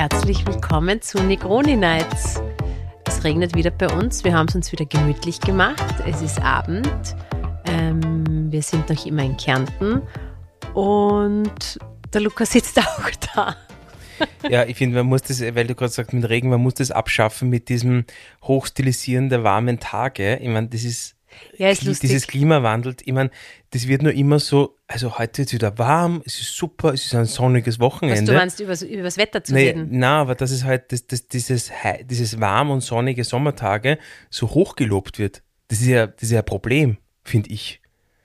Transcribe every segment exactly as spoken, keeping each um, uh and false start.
Herzlich willkommen zu Negroni Nights. Es regnet wieder bei uns, wir haben es uns wieder gemütlich gemacht. Es ist Abend, ähm, wir sind noch immer in Kärnten und der Lukas sitzt auch da. Ja, ich finde, man muss das, weil du gerade sagst mit Regen, man muss das abschaffen mit diesem Hochstilisieren der warmen Tage. Ich meine, das ist, ja, ist Kli- dieses Klimawandel, ich meine, das wird nur immer so, also heute ist es wieder warm, es ist super, es ist ein sonniges Wochenende. Was du meinst, über über das Wetter zu nee, reden? Nein, aber dass es halt, das, das, dieses, dieses warm und sonnige Sommertage so hochgelobt wird, das ist ja, das ist ja ein Problem, finde ich.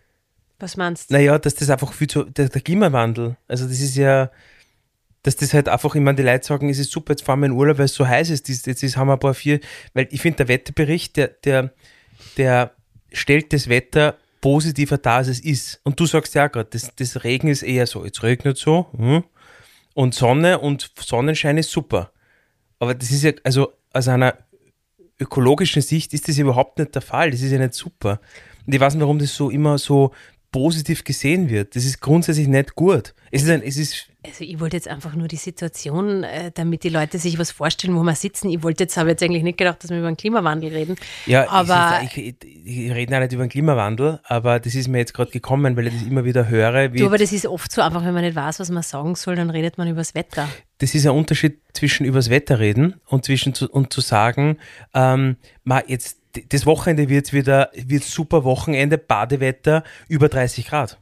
Was meinst du? Naja, dass das einfach viel zu, der, der Klimawandel, also das ist ja, dass das halt einfach, ich meine, die Leute sagen, es ist super, jetzt fahren wir in Urlaub, weil es so heiß ist, jetzt, jetzt haben wir ein paar vier, weil ich finde, der Wetterbericht, der, der, der stellt das Wetter positiver dar, als es ist. Und du sagst ja gerade, das, das Regen ist eher so, jetzt regnet so, hm, und Sonne und Sonnenschein ist super. Aber das ist ja, also aus einer ökologischen Sicht ist das überhaupt nicht der Fall, das ist ja nicht super. Und ich weiß nicht, warum das so immer so positiv gesehen wird. Das ist grundsätzlich nicht gut. Es ist ein, es ist Also ich wollte jetzt einfach nur die Situation, äh, damit die Leute sich was vorstellen, wo wir sitzen. Ich wollte jetzt, habe jetzt eigentlich nicht gedacht, dass wir über den Klimawandel reden. Ja, aber ich, ich, ich, ich rede auch nicht über den Klimawandel, aber das ist mir jetzt gerade gekommen, weil ich das immer wieder höre. Wie du, aber das ist oft so einfach, wenn man nicht weiß, was man sagen soll, dann redet man über das Wetter. Das ist ein Unterschied zwischen übers Wetter reden und zwischen zu, und zu sagen, ähm, ma, jetzt das Wochenende wird wieder wird super Wochenende, Badewetter, über dreißig Grad.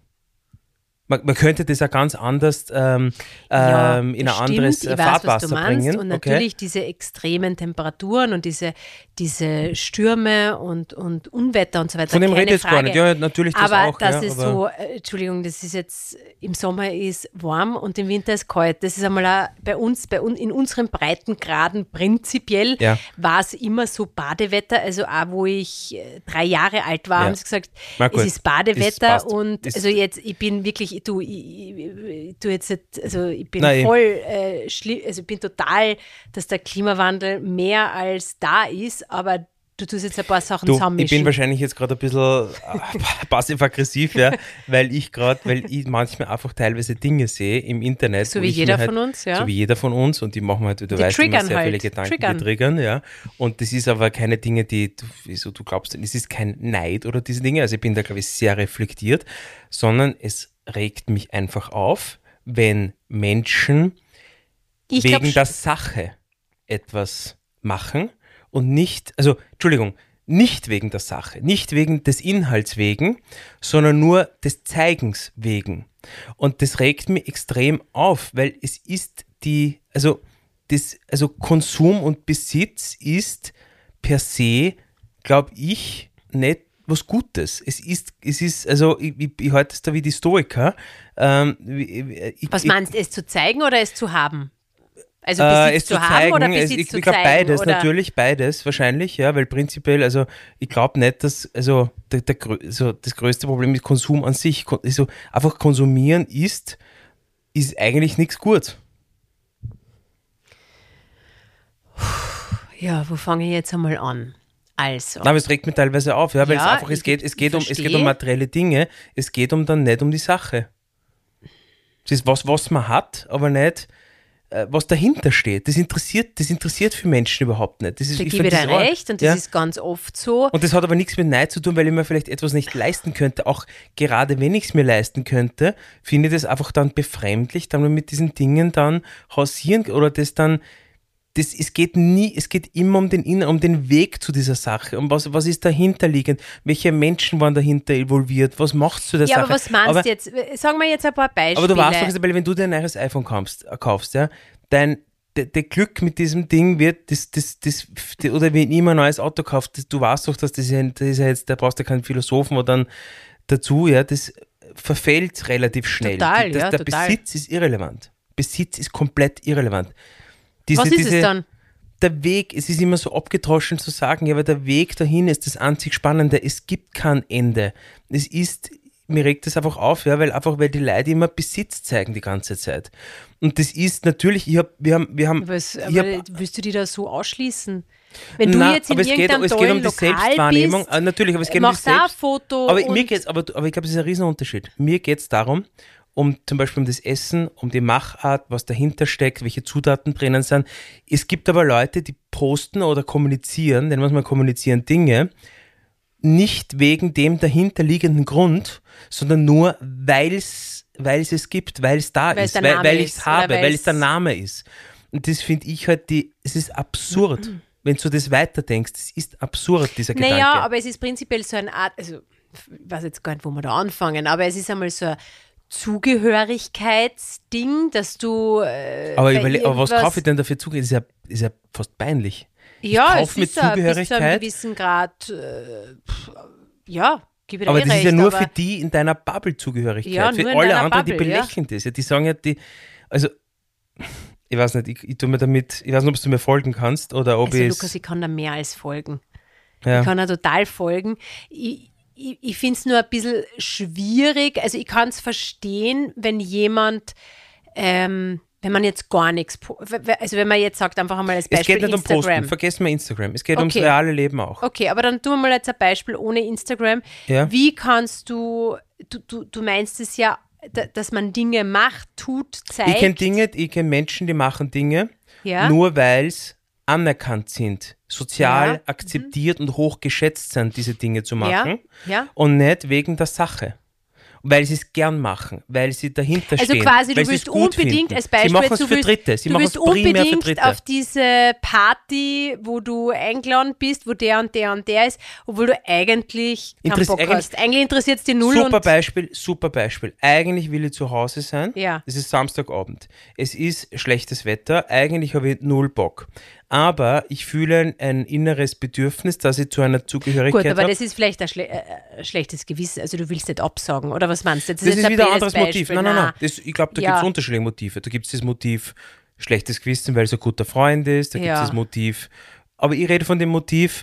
Man, man könnte das auch ganz anders ähm, Ja, ähm, in ein stimmt, anderes ich weiß, Fahrtwasser was du meinst. bringen. Und Okay. natürlich diese extremen Temperaturen und diese, diese Stürme und, und Unwetter und so weiter. Von dem keine rede ich jetzt Frage. gar nicht. Ja, natürlich das aber auch. das ja, ist aber so, äh, Entschuldigung, das ist jetzt, im Sommer ist warm und im Winter ist kalt. Das ist einmal auch bei uns, bei un, in unseren Breitengraden prinzipiell Ja. war es immer so Badewetter. Also auch wo ich äh, drei Jahre alt war, Ja. haben sie gesagt, Na es gut, ist Badewetter das passt. und Das- also jetzt, ich bin wirklich, du, ich, ich, ich, tu jetzt nicht, also ich bin Nein. voll, äh, schli- also ich bin total, dass der Klimawandel mehr als da ist, aber du tust jetzt ein paar Sachen Du, ich zusammenmischen. bin wahrscheinlich jetzt gerade ein bisschen äh, passiv-aggressiv, ja, weil ich gerade, weil ich manchmal einfach teilweise Dinge sehe im Internet. So wo wie ich jeder mir halt, von uns, ja. So wie jeder von uns und die machen halt, du Die weißt, immer triggern sehr viele halt. Gedanken, Triggern. die triggern, ja. Und das ist aber keine Dinge, die, du, wieso du glaubst, es ist kein Neid oder diese Dinge, also ich bin da, glaube ich, sehr reflektiert, sondern es regt mich einfach auf, wenn Menschen ich wegen glaub, der Sache etwas machen und nicht, also Entschuldigung, nicht wegen der Sache, nicht wegen des Inhalts wegen, sondern nur des Zeigens wegen. Und das regt mich extrem auf, weil es ist die, also das, also Konsum und Besitz ist per se, glaube ich, nicht was Gutes. Es ist, es ist, also ich, ich, ich halte es da wie die Stoiker. Ähm, ich, was ich, meinst du, es zu zeigen oder es zu haben? Also Äh, Besitz es zu zu haben zeigen, oder es, Besitz ich, zu ich glaube zeigen? beides, oder? natürlich beides wahrscheinlich, ja, weil prinzipiell, also ich glaube nicht, dass, also der, der, grö- so das größte Problem ist Konsum an sich, Kon- also einfach konsumieren ist, ist eigentlich nichts gut. Ja, wo fange ich jetzt einmal an? Also, Nein, aber es regt mich teilweise auf, ja, weil Ja, es einfach, es ich- geht, es ich geht um, es geht verstehe. um materielle Dinge, es geht um dann nicht um die Sache. Es ist was, was man hat, aber nicht, äh, was dahinter steht. Das interessiert, das interessiert für Menschen überhaupt nicht. Das ist, da ich gebe ich find dir das auch- recht und das ja. ist ganz oft so. Und das hat aber nichts mit Neid zu tun, weil ich mir vielleicht etwas nicht leisten könnte. Auch gerade wenn ich es mir leisten könnte, finde ich das einfach dann befremdlich, dann mit diesen Dingen dann hausieren oder das dann, das, es geht nie, es geht immer um den, Inner- um den Weg zu dieser Sache. Um was, was ist dahinterliegend? Welche Menschen waren dahinter involviert? Was machst du der Ja, Sache? aber was meinst aber, du jetzt? Sagen wir jetzt ein paar Beispiele. aber du weißt doch, Isabelle, wenn du dir ein neues iPhone kaufst, äh, kaufst ja, dein der, der Glück mit diesem Ding wird, das, das, das, oder wenn jemand ein neues Auto kauft, das, du weißt doch, dass das ja, das ist ja jetzt, da brauchst du keinen Philosophen oder dann dazu, ja, das verfällt relativ schnell. Total, das, ja, der total. Besitz ist irrelevant. Besitz ist komplett irrelevant. Diese, Was ist diese, es dann? Der Weg, es ist immer so abgedroschen zu sagen, ja, aber der Weg dahin ist das einzig Spannende. Es gibt kein Ende. Es ist, mir regt das einfach auf, ja, weil einfach, weil die Leute immer Besitz zeigen die ganze Zeit. Und das ist natürlich, ich hab, wir haben, wir haben, Was, ich aber hab, willst du die da so ausschließen? Wenn du na, jetzt in aber es geht, irgendeinem es geht um tollen die Lokal Selbstwahrnehmung. bist, Ah, natürlich, aber es geht um die machst da ein Selbst. Foto Aber und mir geht's, aber, aber ich glaube, das ist ein Riesenunterschied. Mir geht es darum, um zum Beispiel um das Essen, um die Machart, was dahinter steckt, welche Zutaten drinnen sind. Es gibt aber Leute, die posten oder kommunizieren, nennen wir es mal kommunizieren, Dinge, nicht wegen dem dahinterliegenden Grund, sondern nur, weil es weil es es gibt, weil es da Weil's ist, der weil, weil Name ich es ist, habe, oder weil weil's- es der Name ist. Und das finde ich halt, die, es ist absurd, Mhm. wenn du das weiterdenkst. Es ist absurd, dieser Gedanke. Naja, aber es ist prinzipiell so eine Art, also ich weiß jetzt gar nicht, wo wir da anfangen, aber es ist einmal so ein Zugehörigkeitsding, dass du äh, aber, bei überle- aber was irgendwas- kaufe ich denn dafür Zugehörigkeit? Ist ja, ist ja fast peinlich. Ja, kauf es mit ist ja bis zu einem Zugehörigkeit. gewissen Grad, äh, pf, ja, gebe ich dir Aber eh das recht, ist ja nur aber für die in deiner Bubble-Zugehörigkeit. Ja, für nur in alle deiner anderen, die Bubble, ja. belächeln das. Ja, die sagen ja, die, also, ich weiß nicht, ich, ich tue mir damit, ich weiß nicht, ob du mir folgen kannst oder ob Also ich Lukas, es, ich kann da mehr als folgen. ja. Ich kann da total folgen. Ich, ich, ich finde es nur ein bisschen schwierig. Also ich kann es verstehen, wenn jemand, ähm, wenn man jetzt gar nichts, po- also wenn man jetzt sagt, einfach einmal als Es Beispiel geht nicht um Instagram. Posten, vergessen wir Instagram. Es geht ums Okay. reale Leben auch. Okay, aber dann tun wir mal jetzt ein Beispiel ohne Instagram. Ja. Wie kannst du, du, du, du meinst es ja, da- dass man Dinge macht, tut, zeigt. Ich kenne Dinge, ich kenne Menschen, die machen Dinge, Ja. nur weil es anerkannt sind, sozial Ja. akzeptiert und hochgeschätzt sind, diese Dinge zu machen Ja, ja. und nicht wegen der Sache. Weil sie es gern machen, weil sie dahinter Also stehen. quasi, weil du sie willst es gut unbedingt finden. als Beispiel, Sie machen es du für willst, Dritte, sie du machen es willst primär für unbedingt Dritte. auf diese Party, wo du eingeladen bist, wo der und der und der ist, obwohl du eigentlich keinen Interess- Bock eigentlich- hast. Eigentlich interessiert es dir null Super und Beispiel, super Beispiel. Eigentlich will ich zu Hause sein. Ja. Es ist Samstagabend. Es ist schlechtes Wetter. Eigentlich habe ich null Bock. Aber ich fühle ein, ein inneres Bedürfnis, dass ich zu einer Zugehörigkeit gut, aber habe. das ist vielleicht ein schle äh, schlechtes Gewissen. Also du willst nicht absagen, oder was meinst du? Das ist jetzt wieder ein blödes anderes Motiv. Beispiel. Nein, nein, nein. Das, ich glaube, da Ja. gibt es unterschiedliche Motive. Da gibt es das Motiv schlechtes Gewissen, weil es ein guter Freund ist. Da gibt es Ja. das Motiv. Aber ich rede von dem Motiv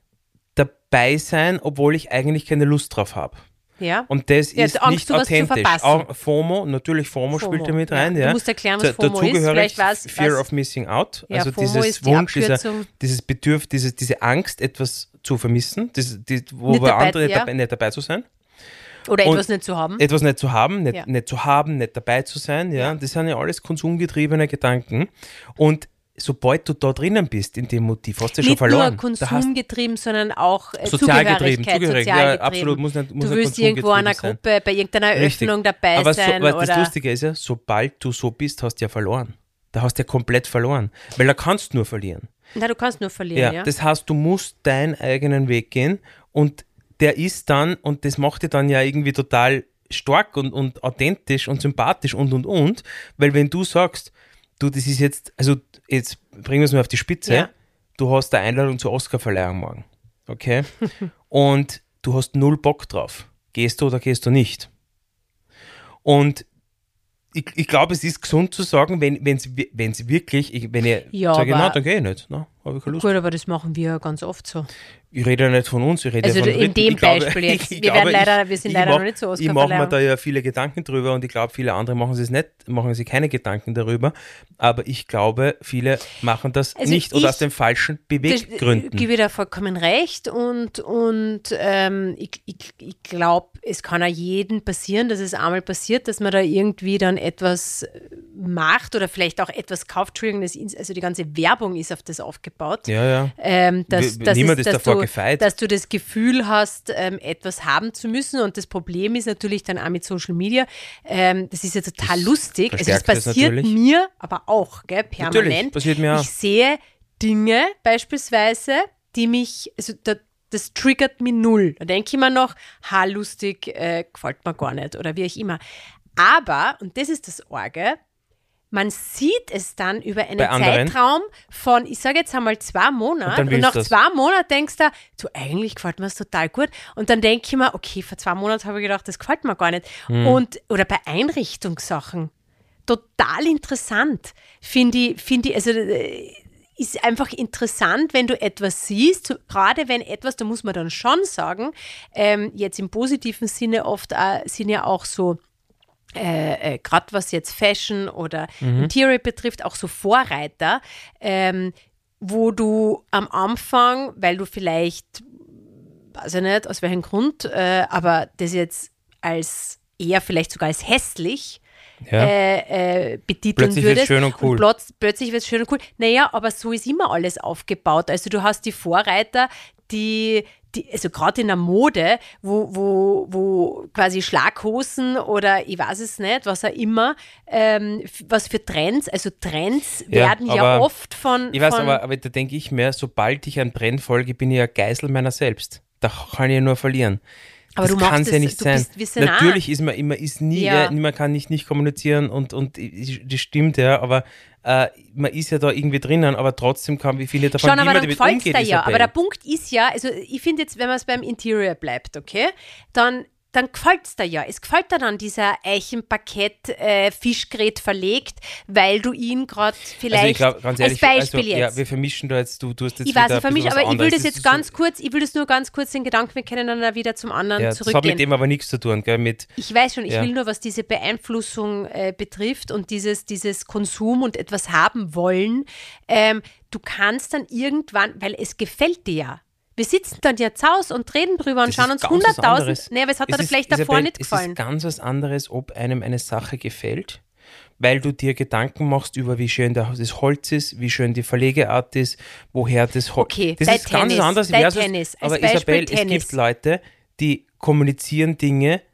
dabei sein, obwohl ich eigentlich keine Lust drauf habe. Ja. Und das Ja, ist Angst, nicht du was zu authentisch. verpassen. Auch FOMO, natürlich FOMO, FOMO, spielt da mit ja. rein. Du Ja. musst erklären, was Da- FOMO dazu ist. gehört Vielleicht weiß- Fear weiß- of Missing Out. Ja, Also FOMO dieses ist die Wunsch, dieser, Abkürzung. dieses Bedürfnis, diese, diese Angst, etwas zu vermissen, das, die, wo Nicht wir dabei- andere nicht, ja. dabei, nicht dabei zu sein. Oder Und etwas nicht zu haben. Etwas nicht zu haben, nicht, Ja. nicht zu haben, nicht dabei zu sein. Ja. Ja. Das sind ja alles konsumgetriebene Gedanken. Und sobald du da drinnen bist, in dem Motiv, hast du schon Nicht verloren. nur Da hast konsumgetrieben, sondern auch äh, sozial getrieben, Zugehörigkeit, zugehörig. sozial Ja, getrieben. absolut. Muss nicht, muss Du nicht willst irgendwo an einer konsumgetrieben Gruppe bei irgendeiner Richtig. Eröffnung dabei Aber so, sein. weil oder das Lustige ist ja, sobald du so bist, hast du ja verloren. Da hast du ja komplett verloren. Weil da kannst du nur verlieren. Na, du kannst nur verlieren, Ja, ja. Das heißt, du musst deinen eigenen Weg gehen und der ist dann, und das macht dich dann ja irgendwie total stark und, und authentisch und sympathisch und und und, weil wenn du sagst, du, das ist jetzt, also jetzt bringen wir es mal auf die Spitze, Ja. du hast eine Einladung zur Oscarverleihung morgen, okay? Und du hast null Bock drauf. Gehst du oder gehst du nicht? Und ich, ich glaube, es ist gesund zu sagen, wenn es wirklich, ich, wenn ich Ja, sage, aber- na, dann gehe ich nicht, na, habe ich keine Lust. Gut, aber das machen wir ja ganz oft so. Ich rede ja nicht von uns, ich rede Also ja von in Dritten. dem Ich glaube, Beispiel jetzt. ich Wir glaube, werden leider- wir sind ich leider mach- noch nicht zur Ich mache mir Oscarverleihung. da ja viele Gedanken drüber und ich glaube, viele andere machen sich nicht, machen sich keine Gedanken darüber. Aber ich glaube, viele machen das Also nicht oder ich- aus den falschen Das, äh, Beweggründen. gebe ich da vollkommen recht und, und ähm, ich, ich, ich glaube, es kann auch jedem passieren, dass es einmal passiert, dass man da irgendwie dann etwas macht oder vielleicht auch etwas kauft. Entschuldigung, das, ins- also die ganze Werbung ist auf das aufgebaut. Ja, ja. Ähm, dass, W- dass niemand es, ist dass davor du, gefeit. dass du das Gefühl hast, ähm, etwas haben zu müssen. Und das Problem ist natürlich dann auch mit Social Media. Ähm, das ist ja total Das lustig. Also das verstärkt das passiert natürlich. mir aber auch, gell, permanent. Natürlich, passiert mir auch. Ich sehe Dinge beispielsweise, die mich, also da, das triggert mich null. Da denke ich mir noch, ha, lustig, äh, gefällt mir gar nicht oder wie auch immer. Aber, und das ist das Orge, man sieht es dann über einen Bei anderen? Zeitraum von, ich sage jetzt einmal zwei Und Monaten dann und, willst nach du's. zwei Monaten denkst du, du, eigentlich gefällt mir das total gut und dann denke ich mir, okay, vor zwei Monaten habe ich gedacht, das gefällt mir gar nicht. Hm. Und, oder bei Einrichtungssachen, total interessant, finde ich, finde ich, also äh, ist einfach interessant, wenn du etwas siehst, so, gerade wenn etwas, da muss man dann schon sagen, ähm, jetzt im positiven Sinne oft äh, sind ja auch so, äh, äh, gerade was jetzt Fashion oder Mhm. Interior betrifft, auch so Vorreiter, ähm, wo du am Anfang, weil du vielleicht, weiß ich nicht, aus welchem Grund, äh, aber das jetzt als eher vielleicht sogar als hässlich Ja. äh, äh, betiteln Plötzlich wird's würdest. schön und cool. Und plötz, plötzlich wird es schön und cool. Naja, aber so ist immer alles aufgebaut. Also du hast die Vorreiter, die, die also gerade in der Mode, wo, wo, wo quasi Schlaghosen oder ich weiß es nicht, was auch immer, ähm, f- was für Trends, also Trends Ja, werden ja aber oft von... Ich weiß, von aber, aber da denke ich mir, sobald ich einem Trend folge, bin ich ja Geißel meiner selbst. Da kann ich ja nur verlieren. Aber das du machst kann es ja es- nicht du sein. bist Visionar. Natürlich ist man immer, ist nie, Ja. ja. man kann nicht, nicht kommunizieren und, und ich- das stimmt ja, aber äh, man ist ja da irgendwie drinnen, aber trotzdem kann, wie viele davon, Schon, wie aber man dann damit gefällt es umgeht, da ist ja. eine Aber der Welt. Punkt ist ja, also ich finde jetzt, wenn man es beim Interior bleibt, okay, dann, dann gefällt es da ja. Es gefällt da dann dieser Eichenparkett äh, Fischgrät verlegt, weil du ihn gerade vielleicht Also ich glaube, ganz ehrlich, als Beispiel also, jetzt. ja, wir vermischen da jetzt, du, du hast jetzt Ich weiß, wieder ich vermische, ein bisschen aber was ich will anderes. das jetzt ist ganz so, kurz, ich will das nur ganz kurz den Gedanken, wir können dann wieder zum anderen ja, das hat zurückgehen. mit dem aber nichts zu tun, gell, mit, Ich weiß schon, ich Ja. will nur, was diese Beeinflussung äh, betrifft und dieses, dieses Konsum und etwas haben wollen. Ähm, du kannst dann irgendwann, weil es gefällt dir ja. Wir sitzen dann ja zu Hause und reden drüber und Das schauen ist uns ganz was hunderttausend. anderes. Nee, aber es hat Es dir ist, vielleicht davor Isabel, nicht Es gefallen. ist ganz was anderes, ob einem eine Sache gefällt, weil du dir Gedanken machst über, wie schön der- das Holz ist, wie schön die Verlegeart ist, woher das Holz... Okay, das dein ist ganz Tennis, was anderes. dein versus- Tennis, als aber Beispiel Isabel, Tennis. es gibt Leute, die kommunizieren Dinge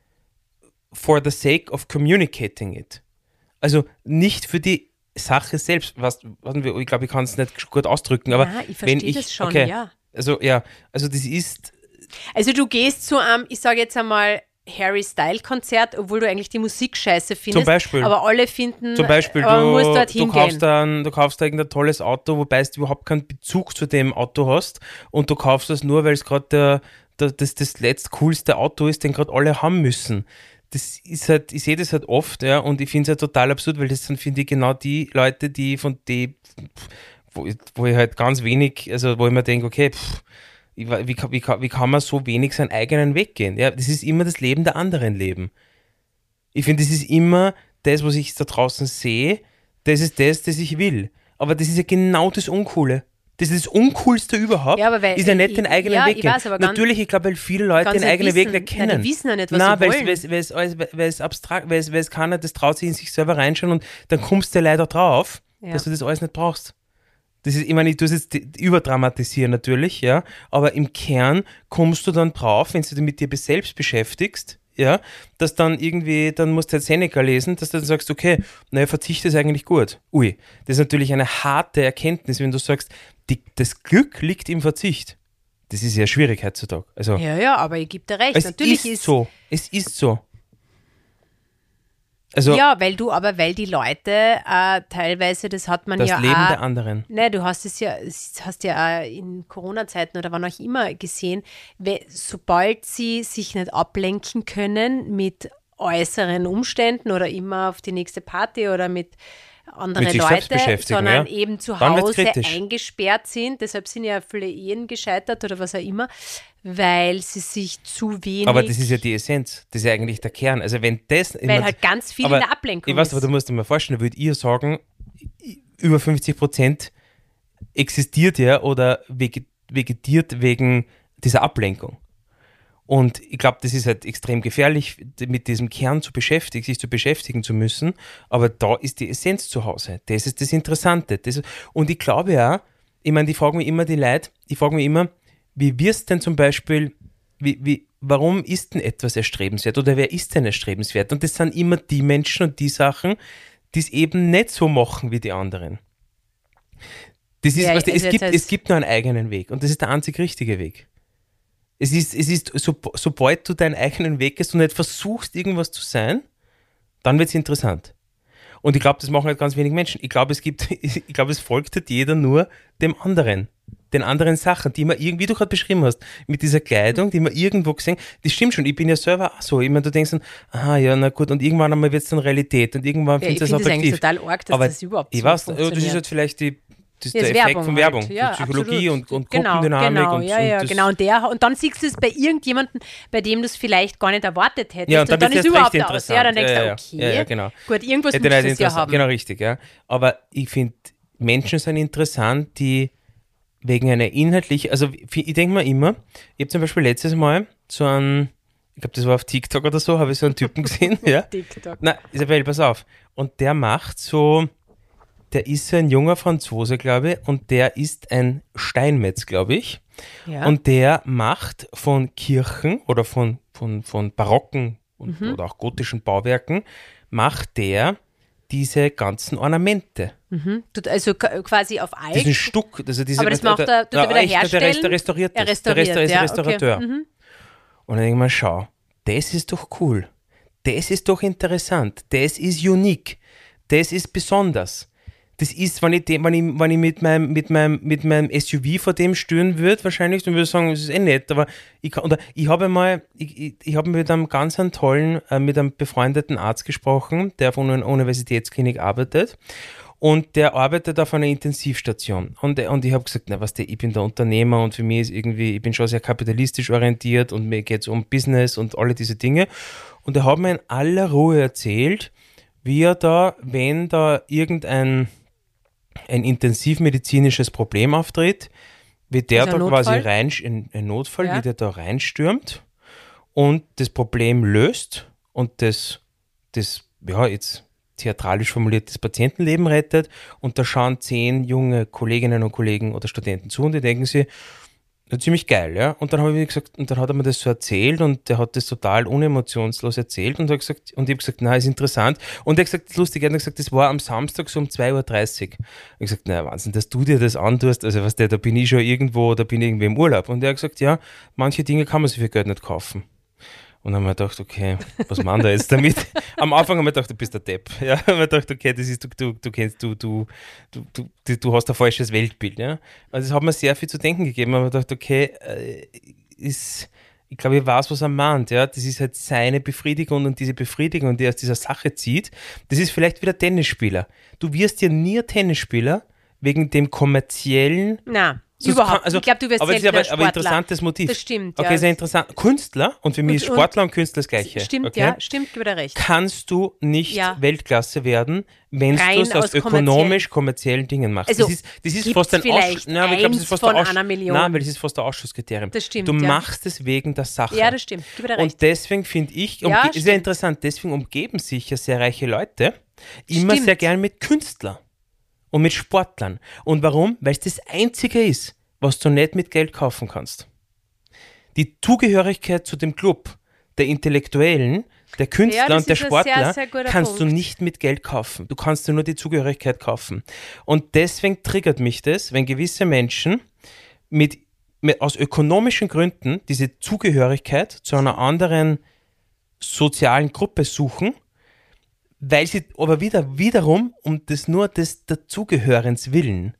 for the sake of communicating it. Also nicht für die Sache selbst. Was, warten wir, ich glaube, ich kann es nicht gut ausdrücken, aber Ja, ich wenn verstehe ich, das schon, okay, ja. Also ja, also das ist... Also du gehst zu einem, ich sage jetzt einmal, Harry Style Konzert, obwohl du eigentlich die Musik scheiße findest. Beispiel. Aber alle finden, Zum Beispiel, aber man du, muss dort du, hingehen. kaufst dann, du kaufst da irgendein tolles Auto, wobei du überhaupt keinen Bezug zu dem Auto hast und du kaufst das nur, weil es gerade der, der, das, das letzt coolste Auto ist, den gerade alle haben müssen. Das ist halt, ich sehe das halt oft, ja, und ich finde es halt total absurd, weil das sind, finde ich, genau die Leute, die von die, wo, ich- wo ich halt ganz wenig, also wo ich mir denke, okay, pff, ich, wa- wie, kann- wie, kann- wie kann man so wenig seinen eigenen Weg gehen? Ja, das ist immer das Leben der anderen leben. Ich finde, das ist immer das, was ich da draußen sehe, das ist das, das ich will. Aber das ist ja genau das Uncoole. Das ist das Uncoolste überhaupt. Ja, aber weil- ist ja nicht ich- den eigenen ja, Weg ich gehen. weiß, aber ganz- Natürlich, ich glaube, weil viele Leute ganz den nicht eigenen Weg wissen. nicht Nein, die kennen. wissen ja nicht, was Nein, sie weil es- wollen. weil es- weil es alles- weil es abstrakt, weil es, weil es keiner, das traut sich in sich selber reinschauen und dann kommst du leider drauf, Ja. dass du das alles nicht brauchst. Das ist, ich meine, du jetzt die- die überdramatisieren natürlich, ja, aber im Kern kommst du dann drauf, wenn du dich mit dir selbst beschäftigst, ja, dass dann irgendwie, dann musst du halt Seneca lesen, dass du dann sagst, okay, naja, Verzicht ist eigentlich gut. Ui, das ist natürlich eine harte Erkenntnis, wenn du sagst, die, das Glück liegt im Verzicht. Das ist ja schwierig heutzutage. Also, Ja, ja, aber ich gebe dir recht. es Natürlich ist ist so, es ist so. Also, Ja, weil du, aber weil die Leute äh, teilweise, das hat man das ja Leben auch, der anderen. ne, du hast es ja, das hast ja auch in Corona-Zeiten oder wann auch immer gesehen, we- sobald sie sich nicht ablenken können mit äußeren Umständen oder immer auf die nächste Party oder mit anderen Mit sich selbst Leute, beschäftigen, sondern ja. eben zu Dann wird's Hause kritisch. eingesperrt sind. Deshalb sind ja viele Ehen gescheitert oder was auch immer, weil sie sich zu wenig, Aber das ist ja die Essenz. Das ist ja eigentlich der Kern. Also wenn das... ich weil mein, halt ganz viel aber in der Ablenkung Ich weiß, ist. aber du musst dir mal vorstellen, würdet ihr sagen, über fünfzig Prozent existiert ja oder vege- vegetiert wegen dieser Ablenkung. Und ich glaube, das ist halt extrem gefährlich, mit diesem Kern zu beschäftigen, sich zu beschäftigen zu müssen. Aber da ist die Essenz zu Hause. Das ist das Interessante. Das ist, und ich glaube ja, ich meine, die fragen mich immer die Leute, die fragen mich immer, wie wirst denn zum Beispiel, wie, wie, warum ist denn etwas erstrebenswert oder wer ist denn erstrebenswert? Und das sind immer die Menschen und die Sachen, die es eben nicht so machen wie die anderen. Das ist, Ja, weißt du, also es, gibt, jetzt es gibt nur einen eigenen Weg und das ist der einzig richtige Weg. Es ist, es ist so, sobald du deinen eigenen Weg gehst und nicht versuchst, irgendwas zu sein, dann wird es interessant. Und ich glaube, das machen halt ganz wenig Menschen. Ich glaube, es gibt, ich glaube, es folgt halt jeder nur dem anderen, den anderen Sachen, die man irgendwie, du gerade beschrieben hast, mit dieser Kleidung, die man irgendwo gesehen, das stimmt schon, ich bin ja selber auch so. Ich meine, du denkst dann, aha, ja, na gut, und irgendwann einmal wird es dann Realität und irgendwann Ja, ich findest du finde es es eigentlich attraktiv. total arg, dass Aber das überhaupt ich so weiß, oh, das ist funktioniert. halt vielleicht die, das ist Ja, der ist Effekt Werbung von halt. Werbung, Ja, die Psychologie absolut. und, und genau, Gruppendynamik genau, und, ja, und ja, das, genau. Und, der, und dann siehst du es bei irgendjemandem, bei dem du es vielleicht gar nicht erwartet hättest. Ja, und dann dann wird's ist erst recht überhaupt aus. interessant. Ja, dann denkst Ja, du, ja, okay, ja, ja, genau. gut, irgendwas Hätte muss nicht es ja interessant- haben. Genau, richtig, ja. Aber ich finde, Menschen sind interessant, die wegen einer inhaltlichen, also ich denke mir immer, ich habe zum Beispiel letztes Mal so einen, ich glaube, das war auf TikTok oder so, habe ich so einen Typen gesehen. Ja. TikTok. Na, Isabel, pass auf. Und der macht so, der ist so ein junger Franzose, glaube ich, und der ist ein Steinmetz, glaube ich. Ja. Und der macht von Kirchen oder von, von, von barocken und, Mhm. oder auch gotischen Bauwerken, macht der diese ganzen Ornamente. Mhm. Tut also k- quasi auf Eik. Diesen Stuck. Also diese, Aber das macht er- tut er wieder echt, der, herstellen? Rest- der restauriert das. Er restauriert, der Resta- ist ja, Restaurateur. okay. Mhm. Und dann denke ich mir, schau, das ist doch cool. Das ist doch interessant. Das ist unique. Das ist besonders. Das ist, wenn ich, de, wenn ich, wenn ich mit, meinem, mit, meinem, mit meinem S U V vor dem stören würde, wahrscheinlich, dann würde ich sagen, das ist eh nett. Aber ich, kann, oder ich habe mal, ich, ich, ich habe mit einem ganz einen tollen, äh, mit einem befreundeten Arzt gesprochen, der auf einer Universitätsklinik arbeitet. Und der arbeitet auf einer Intensivstation. Und, und ich habe gesagt, na, was der, ich bin der Unternehmer und für mich ist irgendwie, ich bin schon sehr kapitalistisch orientiert und mir geht es um Business und alle diese Dinge. Und er hat mir in aller Ruhe erzählt, wie er da, wenn da irgendein ein intensivmedizinisches Problem auftritt, wie der Also da ein quasi Notfall? rein, in ein Notfall, Ja. wie der da reinstürmt und das Problem löst und das, das ja, jetzt theatralisch formuliert, das Patientenleben rettet und da schauen zehn junge Kolleginnen und Kollegen oder Studenten zu und die denken sich, ja, ziemlich geil, ja. Und dann habe ich gesagt, und dann hat er mir das so erzählt und der hat das total unemotionslos erzählt und hat gesagt, und ich habe gesagt, na, ist interessant. Und er hat gesagt, lustig, er hat gesagt, das war am Samstag so um zwei Uhr dreißig. Ich habe gesagt, na, Wahnsinn, dass du dir das antust, also was der, da bin ich schon irgendwo, da bin ich irgendwie im Urlaub. Und er hat gesagt, ja, manche Dinge kann man sich für Geld nicht kaufen. Und dann haben wir gedacht, okay, was machen wir jetzt damit? Am Anfang haben wir gedacht, du bist der Depp. Ja, haben wir gedacht, okay, das ist, du, du, du kennst, du, du, du, du, du hast ein falsches Weltbild. Ja? Also es hat mir sehr viel zu denken gegeben. Aber ich gedacht, okay, äh, ist, ich glaube, ich weiß, was er meint. Ja? Das ist halt seine Befriedigung und diese Befriedigung, die er aus dieser Sache zieht, das ist vielleicht wieder Tennisspieler. Du wirst ja nie ein Tennisspieler wegen dem kommerziellen. Na, Sonst überhaupt. kann- also- ich glaube, du wirst aber das ist seltener aber, aber Sportler. interessantes Motiv. Das stimmt, Okay, ja. sehr interessant. Künstler, und für mich ist Und- Sportler und Künstler das Gleiche. Stimmt, okay? ja, stimmt, gebe dir recht. Kannst du nicht Ja. Weltklasse werden, wenn du Rein es aus aus ökonomisch-kommerziellen Dingen machst. Also, das ist, das ist gibt's fast ein vielleicht Ausschuss. Nein, aber ich glaube, das ist eins fast von der Ausschuss- einer Million. Nein, weil das ist fast ein Ausschusskriterium. Das stimmt, Du ja. machst es wegen der Sache. Ja, das stimmt, gebe dir recht. Und deswegen finde ich, Ja, umge- ist ja stimmt. interessant, deswegen umgeben sich ja sehr reiche Leute immer Stimmt. sehr gern mit Künstlern und mit Sportlern. Und warum? Weil es das Einzige ist, was du nicht mit Geld kaufen kannst. Die Zugehörigkeit zu dem Club der Intellektuellen, der Künstler Ja, das und der ist ein Sportler sehr, sehr guter kannst du Punkt. nicht mit Geld kaufen. Du kannst dir nur die Zugehörigkeit kaufen. Und deswegen triggert mich das, wenn gewisse Menschen mit, mit aus ökonomischen Gründen diese Zugehörigkeit zu einer anderen sozialen Gruppe suchen, weil sie aber wieder wiederum um das nur des Dazugehörens willen.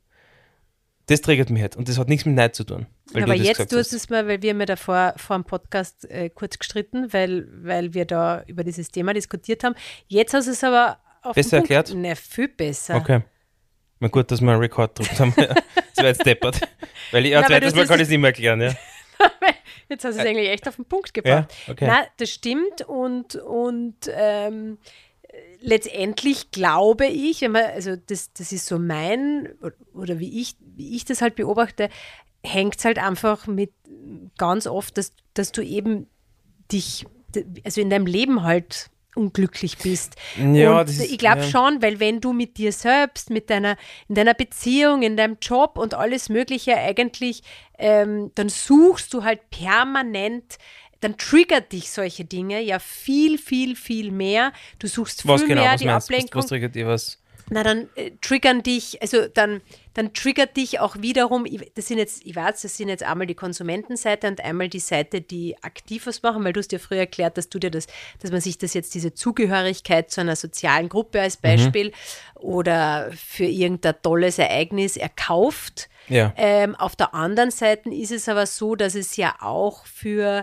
Das triggert mich halt. Und das hat nichts mit Neid zu tun. Weil Aber du das jetzt gesagt tust hast. es mal, weil wir haben ja davor vor dem Podcast äh, kurz gestritten, weil, weil wir da über dieses Thema diskutiert haben. Jetzt hast du es aber auf Besser den Punkt. erklärt? Ne, viel besser. Okay. Na gut, dass wir einen Rekord gedrückt haben. Das war jetzt deppert. Weil ich, ein Na, aber zweites du Mal tust kann ich es- es nicht mehr erklären. Ja, Jetzt hast du es eigentlich echt auf den Punkt gebracht. ja okay. Na, das stimmt und, und ähm, letztendlich glaube ich, wenn man, also das, das ist so mein, oder wie ich, wie ich das halt beobachte, hängt es halt einfach mit ganz oft, dass, dass du eben dich, also in deinem Leben halt unglücklich bist. Ja, und das ist- ich glaube ja. schon, weil wenn du mit dir selbst, mit deiner, in deiner Beziehung, in deinem Job und alles Mögliche eigentlich, ähm, dann suchst du halt permanent, dann triggert dich solche Dinge ja viel, viel, viel mehr. Du suchst viel Was genau, mehr was die meinst du? Was, Ablenkung. was triggert dir was? Na, dann äh, triggern dich, also dann, dann triggert dich auch wiederum, ich- das sind jetzt, ich weiß, das sind jetzt einmal die Konsumentenseite und einmal die Seite, die aktiv was machen, weil du hast dir früher erklärt, dass du dir das, dass man sich das jetzt diese Zugehörigkeit zu einer sozialen Gruppe als Beispiel oder für irgendein tolles Ereignis erkauft. Ja. Ähm, auf der anderen Seite ist es aber so, dass es ja auch für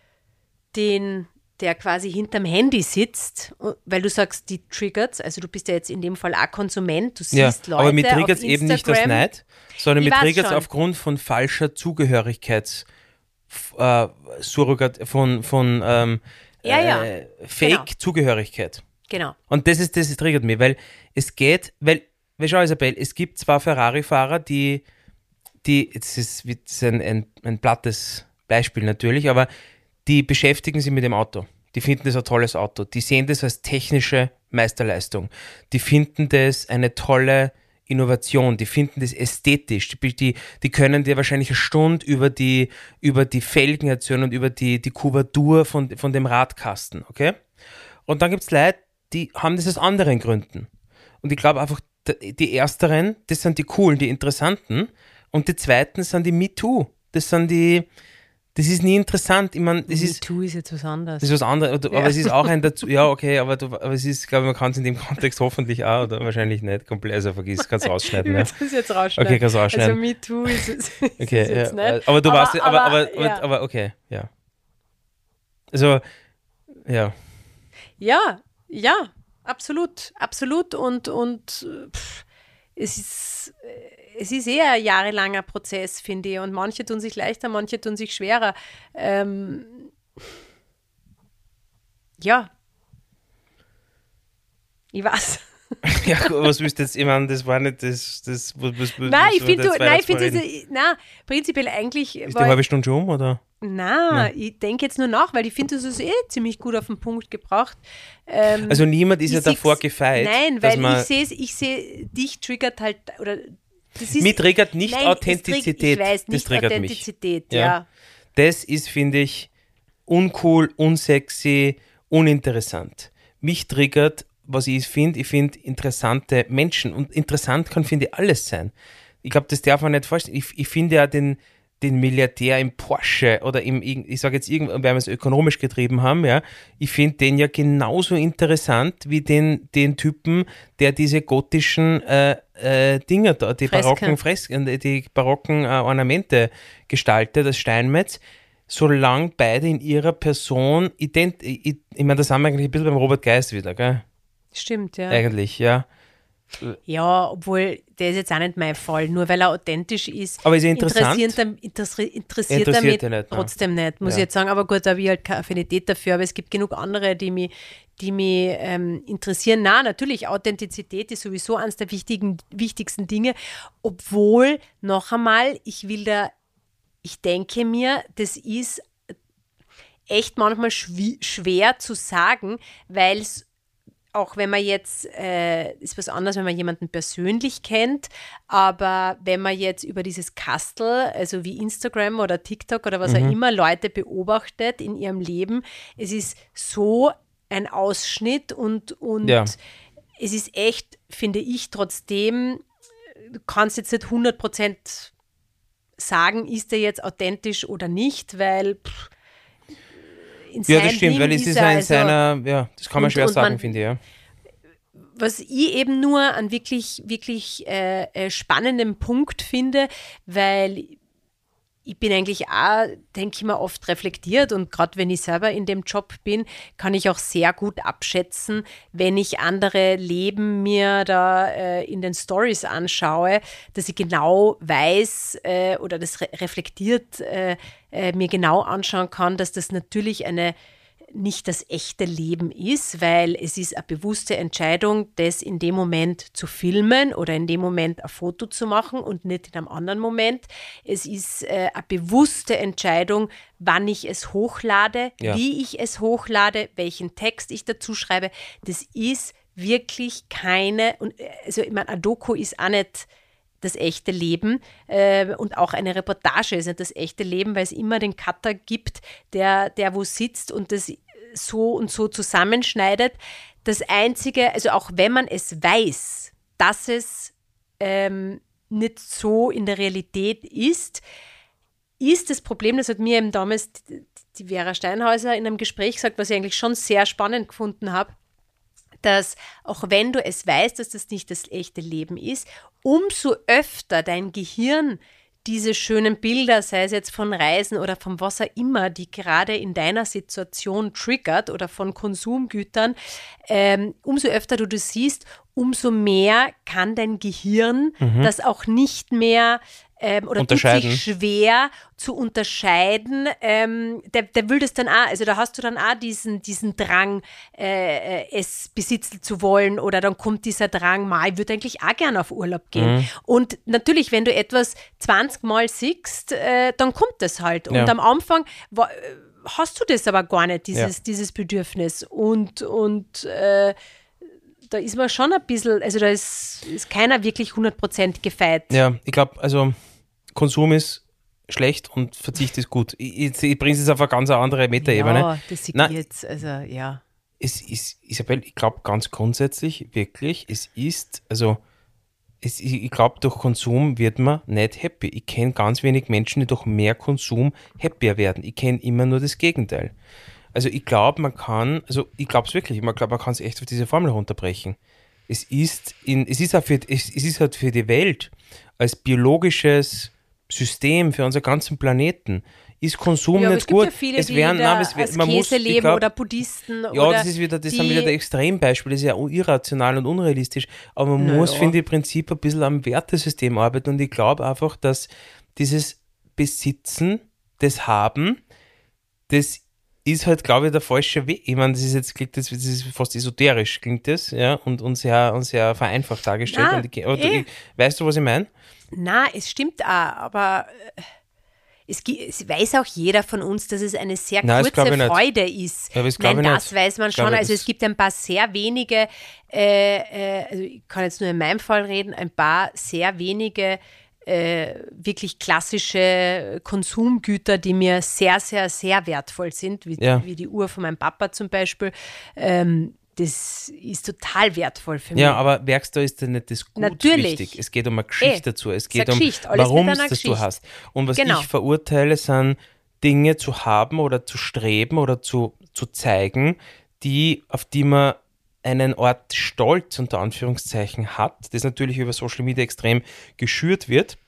den, der quasi hinterm Handy sitzt, weil du sagst, die triggert, also du bist ja jetzt in dem Fall auch Konsument, du siehst Ja, Leute aber mir triggert auf es eben nicht das Instagram. Neid, sondern Ich mir weiß triggert es schon. aufgrund von falscher Zugehörigkeits, f- äh, Surrogat, von, von ähm, Ja, ja, äh, genau. Fake-Zugehörigkeit. Genau. Und das ist, das ist, triggert mich, weil es geht, weil, weil schau Isabel, es gibt zwei Ferrari-Fahrer, die, die, jetzt ist, das ist ein, ein, ein plattes Beispiel natürlich, aber die beschäftigen sich mit dem Auto. Die finden das ein tolles Auto. Die sehen das als technische Meisterleistung. Die finden das eine tolle Innovation. Die finden das ästhetisch. Die, die, die können dir wahrscheinlich eine Stunde über die, über die Felgen erzählen und über die, die Kubatur von, von dem Radkasten. Okay? Und dann gibt es Leute, die haben das aus anderen Gründen. Und ich glaube einfach, die Ersteren, das sind die coolen, die interessanten. Und die Zweiten sind die MeToo. Das sind die, das ist nie interessant. Ich meine, das ist. MeToo ist jetzt was anderes. Das ist was anderes, aber ja. Es ist auch ein dazu, ja, okay, aber, du, aber es ist, glaube ich, man kann es in dem Kontext hoffentlich auch, oder wahrscheinlich nicht komplett, also vergiss, kannst du rausschneiden. Ich will es jetzt rausschneiden. Okay, kannst du rausschneiden. Also MeToo ist es, ist okay, es jetzt ja. nicht. Aber du aber, warst, aber, aber, aber, aber, ja. aber, okay, ja. Also, ja. Ja, ja, absolut, absolut und, und pff, es ist, es ist eher ein jahrelanger Prozess, finde ich, und manche tun sich leichter, manche tun sich schwerer. Ähm, ja. Ich weiß. Ja, was willst du jetzt, ich meine, das war nicht das, das was, was, nein, ich finde, nein, ich finde, reden? nein, prinzipiell eigentlich. Ist die halbe Stunde schon um, oder? Nein, nein. Ich denke jetzt nur nach, weil ich finde, das ist eh ziemlich gut auf den Punkt gebracht. Ähm, also niemand ist ja davor gefeit. Nein, weil ich sehe, ich sehe, dich triggert halt, oder das ist, mich triggert nicht nein, Authentizität. Ich weiß, nicht das triggert Authentizität, mich. ja. ja. Das ist, finde ich, uncool, unsexy, uninteressant. Mich triggert, was ich finde, ich finde interessante Menschen. Und interessant kann, finde ich, alles sein. Ich glaube, das darf man nicht vorstellen. Ich, ich finde ja den, den Milliardär im Porsche oder im, ich sage jetzt irgendwann, weil wir es ökonomisch getrieben haben, ja, ich finde den ja genauso interessant wie den, den Typen, der diese gotischen äh, äh, Dinger da, die Freske. barocken Fresken, die barocken äh, Ornamente gestaltet, das Steinmetz, solange beide in ihrer Person ident, ich, ich meine, da sind wir eigentlich ein bisschen beim Robert Geist wieder, gell? Stimmt, ja. Eigentlich, ja. Ja, obwohl, der ist jetzt auch nicht mein Fall. Nur weil er authentisch ist, aber ist er interessant? interessiert, interessiert, interessiert, interessiert er mich nicht, trotzdem nicht, muss ja. ich jetzt sagen. Aber gut, da habe ich halt keine Affinität dafür. Aber es gibt genug andere, die mich, die mich ähm, interessieren. Na, natürlich, Authentizität ist sowieso eines der wichtigen, wichtigsten Dinge. Obwohl, noch einmal, ich will da, ich denke mir, das ist echt manchmal schw- schwer zu sagen, weil es auch wenn man jetzt, äh, ist was anderes, wenn man jemanden persönlich kennt, aber wenn man jetzt über dieses Kastel, also wie Instagram oder TikTok oder was Mhm. auch immer, Leute beobachtet in ihrem Leben, es ist so ein Ausschnitt und, und Ja. es ist echt, finde ich, trotzdem, du kannst jetzt nicht hundert Prozent sagen, ist er jetzt authentisch oder nicht, weil pff, in Ja, das seinem stimmt, Ding weil es ist ist er in also, seiner, ja, das kann man und- schwer und sagen, man- finde ich, ja. was ich eben nur an wirklich, wirklich äh, äh, spannendem Punkt finde, weil ich bin eigentlich auch, denke ich mal, oft reflektiert und gerade wenn ich selber in dem Job bin, kann ich auch sehr gut abschätzen, wenn ich andere Leben mir da äh, in den Stories anschaue, dass ich genau weiß äh, oder das re- reflektiert äh, äh, mir genau anschauen kann, dass das natürlich eine nicht das echte Leben ist, weil es ist eine bewusste Entscheidung, das in dem Moment zu filmen oder in dem Moment ein Foto zu machen und nicht in einem anderen Moment. Es ist äh, eine bewusste Entscheidung, wann ich es hochlade, Ja. wie ich es hochlade, welchen Text ich dazu schreibe. Das ist wirklich keine, und äh, also ich meine, ein Doku ist auch nicht das echte Leben äh, und auch eine Reportage ist nicht das echte Leben, weil es immer den Cutter gibt, der, der wo sitzt und das so und so zusammenschneidet. Das Einzige, also auch wenn man es weiß, dass es ähm, nicht so in der Realität ist, ist das Problem, das hat mir eben damals die, die Vera Steinhäuser in einem Gespräch gesagt, was ich eigentlich schon sehr spannend gefunden habe, dass auch wenn du es weißt, dass das nicht das echte Leben ist, umso öfter dein Gehirn diese schönen Bilder, sei es jetzt von Reisen oder von was auch immer, die gerade in deiner Situation triggert oder von Konsumgütern, ähm, umso öfter du das siehst, umso mehr kann dein Gehirn Mhm. das auch nicht mehr ähm, oder tut Unterscheiden. sich schwer zu unterscheiden. Ähm, der, der will das dann auch, also da hast du dann auch diesen, diesen Drang, äh, äh, es besitzen zu wollen oder dann kommt dieser Drang, mal, ich würde eigentlich auch gerne auf Urlaub gehen. Mhm. Und natürlich, wenn du etwas zwanzig Mal siehst, äh, dann kommt das halt. Und Ja. am Anfang war, hast du das aber gar nicht, dieses, ja. dieses Bedürfnis. Und, und äh, da ist man schon ein bisschen, also da ist, ist keiner wirklich hundert Prozent gefeit. Ja, ich glaube, also Konsum ist schlecht und Verzicht ist gut. Ich, ich, ich bringe es auf eine ganz andere Metaebene. Ja, das sieht ich jetzt, also ja. Es ist, Isabel, ich glaube ganz grundsätzlich, wirklich, es ist, also es, ich glaube, durch Konsum wird man nicht happy. Ich kenne ganz wenig Menschen, die durch mehr Konsum happier werden. Ich kenne immer nur das Gegenteil. Also ich glaube, man kann, also ich glaube es wirklich, man glaube, man kann es echt auf diese Formel runterbrechen. Es ist, in, es, ist auch für, es, es ist halt für die Welt als biologisches System, für unseren ganzen Planeten, ist Konsum ja, nicht es gut. Gibt ja viele, es die werden, da nein, es wird, man muss, leben glaub, oder Buddhisten. Ja, oder das ist wieder, das sind wieder die Extrembeispiele, das ist ja irrational und unrealistisch. Aber man muss, ja. finde ich, im Prinzip ein bisschen am Wertesystem arbeiten und ich glaube einfach, dass dieses Besitzen, das Haben, das ist halt, glaube ich, der falsche Weg. Ich meine, das ist jetzt, klingt das, das ist fast esoterisch, klingt das, ja, und, und, sehr, und sehr vereinfacht dargestellt. Na, und ich, aber eh. du, weißt du, was ich meine? Na, es stimmt auch, aber es, es weiß auch jeder von uns, dass es eine sehr Nein, kurze Freude ist. Ja, das Nein, das nicht. weiß man schon. Also es gibt ein paar sehr wenige, äh, äh, also ich kann jetzt nur in meinem Fall reden, ein paar sehr wenige äh, wirklich klassische Konsumgüter, die mir sehr, sehr, sehr wertvoll sind, wie, ja. wie die Uhr von meinem Papa zum Beispiel. Ähm, Das ist total wertvoll für mich. Ja, aber merkst du, ist da nicht das Gut Natürlich. wichtig? Es geht um eine Geschichte eh, dazu. Es geht um, warum es das du hast. Und was genau. ich verurteile, sind Dinge zu haben oder zu streben oder zu, zu zeigen, die, auf die man einen Ort Stolz unter Anführungszeichen hat, das natürlich über Social Media extrem geschürt wird,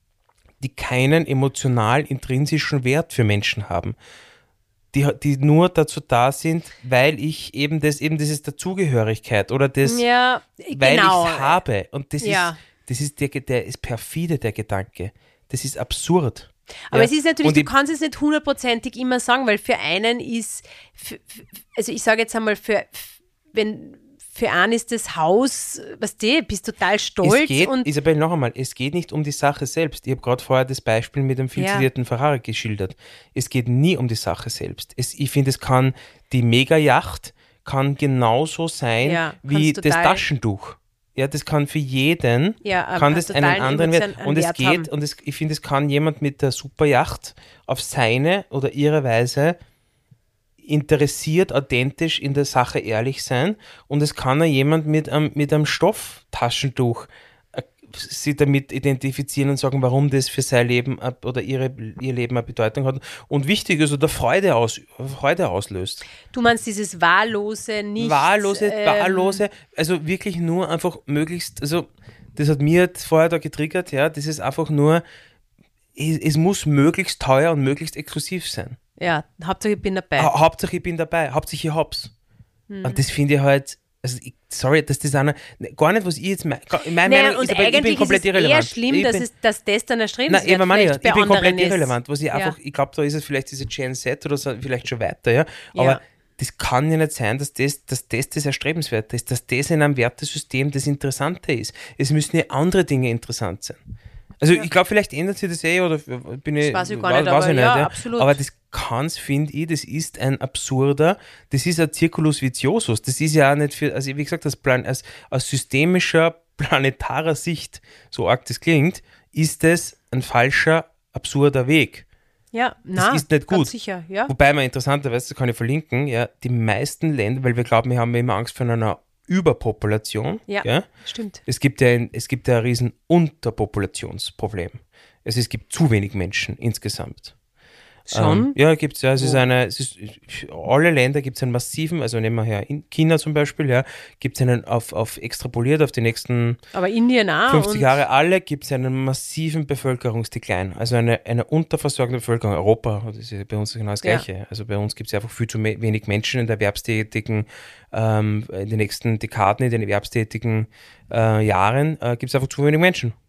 die keinen emotional intrinsischen Wert für Menschen haben. Die, die nur dazu da sind, weil ich eben das, eben das ist Dazugehörigkeit oder das, ja, weil genau. ich es habe. Und das ja. ist, das ist der, der ist perfide, der Gedanke. Das ist absurd. Aber ja. es ist natürlich, und du ich, kannst es nicht hundertprozentig immer sagen, weil für einen ist, für, also ich sage jetzt einmal, für, wenn für einen ist das Haus, was du, bist total stolz. Es geht, und Isabel, noch einmal, es geht nicht um die Sache selbst. Ich habe gerade vorher das Beispiel mit dem viel ja. zitierten Ferrari geschildert. Es geht nie um die Sache selbst. Es, ich finde, es kann, die Mega-Yacht kann genauso sein ja, wie das Taschentuch. Ja, das kann für jeden, ja, kann das einen anderen Wert. einen Und es Wert geht, haben. und es, ich finde, es kann jemand mit der Superyacht auf seine oder ihre Weise interessiert, authentisch in der Sache ehrlich sein und es kann auch jemand mit einem, mit einem Stofftaschentuch äh, sich damit identifizieren und sagen, warum das für sein Leben oder ihre, ihr Leben eine Bedeutung hat und wichtig ist oder Freude, aus, Freude auslöst. Du meinst dieses wahllose, nicht... Wahllose, ähm, wahllose, also wirklich nur einfach möglichst, also das hat mir jetzt vorher da getriggert, ja, das ist einfach nur, es, es muss möglichst teuer und möglichst exklusiv sein. Ja, Hauptsache ich bin dabei. Ha- Hauptsache ich bin dabei, Hauptsache ich hab's. Hm. Und das finde ich halt, also ich, sorry, dass das einer, gar nicht, was ich jetzt meine, meine naja, Meinung und ist, aber ich bin komplett ist es irrelevant. eher schlimm, ich dass, bin, es, dass das dann erstrebenswert nein, ich, vielleicht ich bei bin komplett anderen irrelevant, ist. was ich Ja. einfach, ich glaube, da ist es vielleicht diese Gen Z oder so, vielleicht schon weiter, ja, aber Ja. das kann ja nicht sein, dass das, dass das das Erstrebenswerte ist, dass das in einem Wertesystem das Interessante ist. Es müssen ja andere Dinge interessant sein. Also Ja. ich glaube, vielleicht ändert sich das eh oder bin ich, Das weiß ich gar weiß, nicht, weiß aber ich nicht, ja, ja. absolut. Aber das kann's, finde ich, das ist ein absurder, das ist ein Circulus viciosus. Das ist ja auch nicht für, also wie gesagt, das Plan, aus, aus systemischer, planetarer Sicht, so arg das klingt, ist das ein falscher, absurder Weg. Ja, Das na, ist nicht gut. ganz sicher, ja. Wobei man interessanterweise, das kann ich verlinken, ja, die meisten Länder, weil wir glauben, wir haben immer Angst vor einer Überpopulation. Ja, ja? stimmt. Es gibt ja ein, es gibt ja ein riesen Unterpopulationsproblem. Also es gibt zu wenig Menschen insgesamt. Schon? Ähm, ja, gibt es ja. Es ist eine, es ist, für alle Länder gibt es einen massiven, also nehmen wir her in China zum Beispiel, ja, gibt es einen auf, auf extrapoliert auf die nächsten Aber Indien auch. fünfzig und Jahre alle gibt es einen massiven Bevölkerungsdekline, also eine, eine unterversorgte Bevölkerung. Europa, das ist ja bei uns genau das Gleiche. Ja. Also bei uns gibt es einfach viel zu me- wenig Menschen in der erwerbstätigen, ähm, in den nächsten Dekaden, in den erwerbstätigen äh, Jahren äh, gibt es einfach zu wenig Menschen.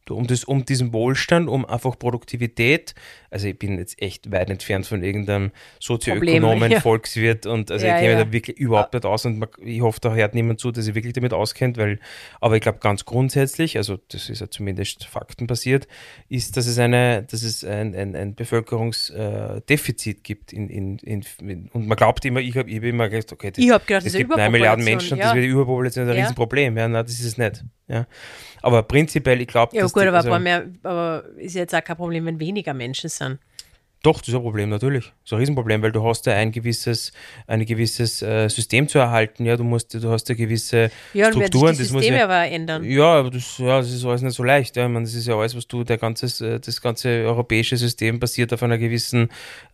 Um, das, um diesen Wohlstand, um einfach Produktivität. Also ich bin jetzt echt weit entfernt von irgendeinem Sozioökonomen, Problem, ja. Volkswirt und also Ja, ich kenne ja. mich da wirklich überhaupt nicht aus und man, ich hoffe, da hört niemand zu, der sich wirklich damit auskennt, weil, aber ich glaube ganz grundsätzlich, also das ist ja zumindest faktenbasiert, ist, dass es eine, dass es ein, ein, ein Bevölkerungsdefizit gibt in, in, in, in, und man glaubt immer, ich habe ich hab immer gedacht, okay, das, Ich habe gedacht, es das ist eine gibt neun Milliarden Überpopulation, Menschen und ja. das wird die Überpopulation ein Ja. Riesenproblem. Ja, nein, das ist es nicht. Ja. Aber prinzipiell, ich glaube, Ja dass gut, die, aber, also, ein paar mehr, aber ist jetzt auch kein Problem, wenn weniger Menschen sind. doch, das ist ein Problem, natürlich. Das ist ein Riesenproblem, weil du hast ja ein gewisses, ein gewisses äh, System zu erhalten, ja, du musst, du hast ja gewisse Ja, und werden sich Strukturen. die Das muss Systeme ja, aber ändern. ja, aber das, ja, das ist alles nicht so leicht. Ja. Ich meine, das ist ja alles, was du, der ganzes, äh, das ganze europäische System basiert auf einer gewissen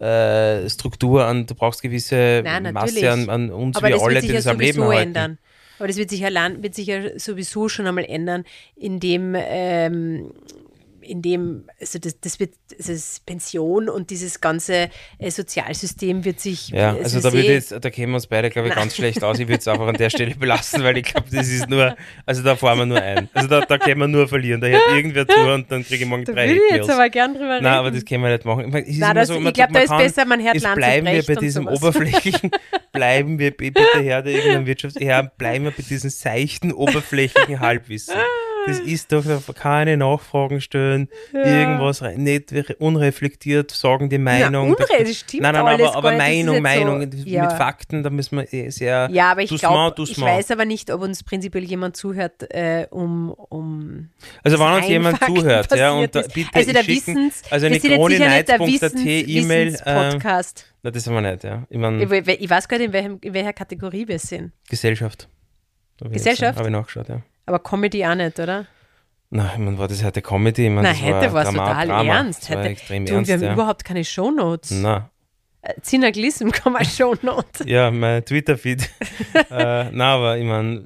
äh, Struktur an, du brauchst gewisse Nein, natürlich. Masse an, an uns, Aber wir das alle, wird sich die ja das am Leben sowieso erhalten. ändern. Aber das wird sich, allein, wird sich ja sowieso schon einmal ändern, indem, ähm, indem also das, das wird, also das Pension und dieses ganze äh, Sozialsystem wird sich. Ja, es also ist da würde eh- jetzt, da kämen wir uns beide, glaube ich, Nein. ganz schlecht aus. Ich würde es einfach an der Stelle belassen, weil ich glaube, das ist nur, also da fahren wir nur ein. Also da, da können wir nur verlieren. Da hört irgendwer zu und dann kriege ich morgen Da drei würde ich Hate-Mails. jetzt aber gern drüber reden. Nein, aber das können wir nicht machen. Ich, meine, es ist Nein, immer das- so, ich man- glaub, da man ist kann- besser, man hört jetzt Lanz und bleiben wir Brecht bei und diesem sowas. oberflächlichen, bleiben wir bei bei der Herr der irgendeinem Wirtschafts, ja, bleiben wir bei diesem seichten, oberflächlichen Halbwissen. Das ist doch keine Nachfragen stellen, irgendwas rein, nicht unreflektiert sagen die Meinung. unre- Da- das stimmt nein, nein, alles aber, aber gar nicht, das ist Meinung, jetzt so- Meinung, ja. mit Fakten, da müssen wir eh sehr. Ja, aber ich du's mal, glaube, du's ich mal. weiß aber nicht, ob uns prinzipiell jemand zuhört, äh, um, um Also wenn uns sein jemand Fakten zuhört, ja, passiert und da, ist. bitte Also der schicken, Wissens, also wir eine sind jetzt sicher nicht der krone-nights.at Wissens, E-Mail, ähm, Wissenspodcast. na, das haben wir nicht, ja. Ich meine, Ich, we- ich weiß gar nicht, in, welchem, in welcher Kategorie wir sind. Gesellschaft. Da hab ich Gesellschaft? jetzt- Habe ich nachgeschaut, ja. Aber Comedy auch nicht, oder? Na, ich meine, war das heute Comedy? Ich meine, Nein, das heute war es Drama, total Drama. ernst. Das war Heute, extrem du, und ernst, wir haben ja. überhaupt keine Shownotes. Na, Äh, Zinaglism kann man Shownotes. ja, mein Twitter-Feed. äh, na, aber ich meine,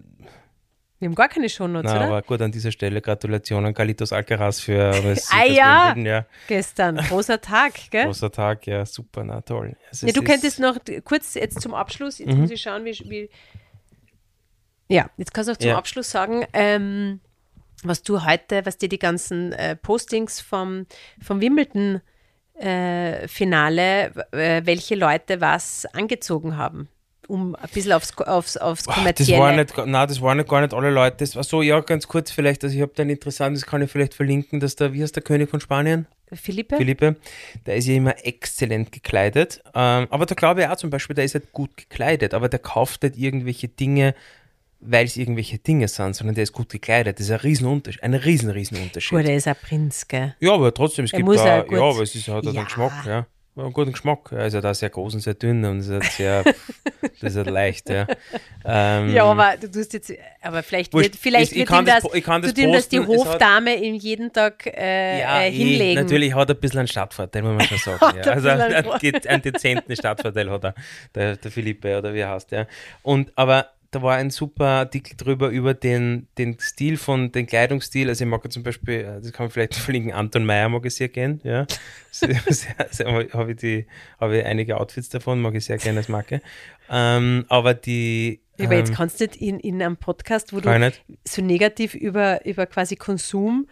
Wir haben gar keine Shownotes, na, oder? aber gut, an dieser Stelle Gratulation an Carlitos Alcaraz für das Ah, das ja. Wimbledon, ja. Gestern, großer Tag, gell? Großer Tag, ja, super, na toll. Also Ja, es du ist- könntest noch kurz jetzt zum Abschluss, jetzt Mhm. muss ich schauen, wie, wie. Ja, jetzt kannst du noch zum Ja. Abschluss sagen, ähm, was du heute, was dir die ganzen äh, Postings vom, vom Wimbledon äh, Finale, äh, welche Leute was angezogen haben, um ein bisschen aufs, aufs, aufs Boah, das Kommerzielle. waren nicht, nein, das waren nicht, gar nicht alle Leute. Das war so, ja, ganz kurz vielleicht, also ich habe da ein interessantes, kann ich vielleicht verlinken, dass der, wie heißt der König von Spanien? Philippe? Philippe, der ist ja immer exzellent gekleidet. Ähm, aber da glaube ich auch zum Beispiel, der ist halt gut gekleidet, aber der kauft nicht irgendwelche Dinge, weil es irgendwelche Dinge sind, sondern der ist gut gekleidet. Das ist ein Riesenunterschied, ein riesen, riesen Unterschied. Gut, er ist ein Prinz, gell? Ja, aber trotzdem, es Er gibt muss da, auch gut- ja, aber es ist halt Ja. einen Geschmack, ja. Einen guten Geschmack. Er ist ja da sehr groß und sehr dünn und ist halt sehr, das ist halt leicht, ja. Ähm, Ja, aber du tust jetzt, aber vielleicht Wurscht, wird, vielleicht ich- ich wird kann ihm das das, po- ich kann das tut ihm das die posten, es hat- Hofdame ihm jeden Tag äh, ja, äh, eh, hinlegen. natürlich hat er ein bisschen einen Stadtvorteil, muss man schon sagen. Hat ja. er Also ein bisschen einen, einen de- einen dezenten Stadtvorteil hat er, der, der Philippe oder wie er heißt. Ja. Und, aber da war ein super Artikel drüber, über den, den Stil von, den Kleidungsstil. Also ich mag ja zum Beispiel, äh, das kann man vielleicht verlinken, Anton Meyer mag ich sehr gern. Ja. Sehr, sehr, sehr, habe ich, die- habe ich einige Outfits davon, mag ich sehr gerne als Marke. Ähm, aber die... Ja, aber jetzt ähm, kannst du nicht in, in einem Podcast, wo kann du ich nicht. so negativ über, über quasi Konsum,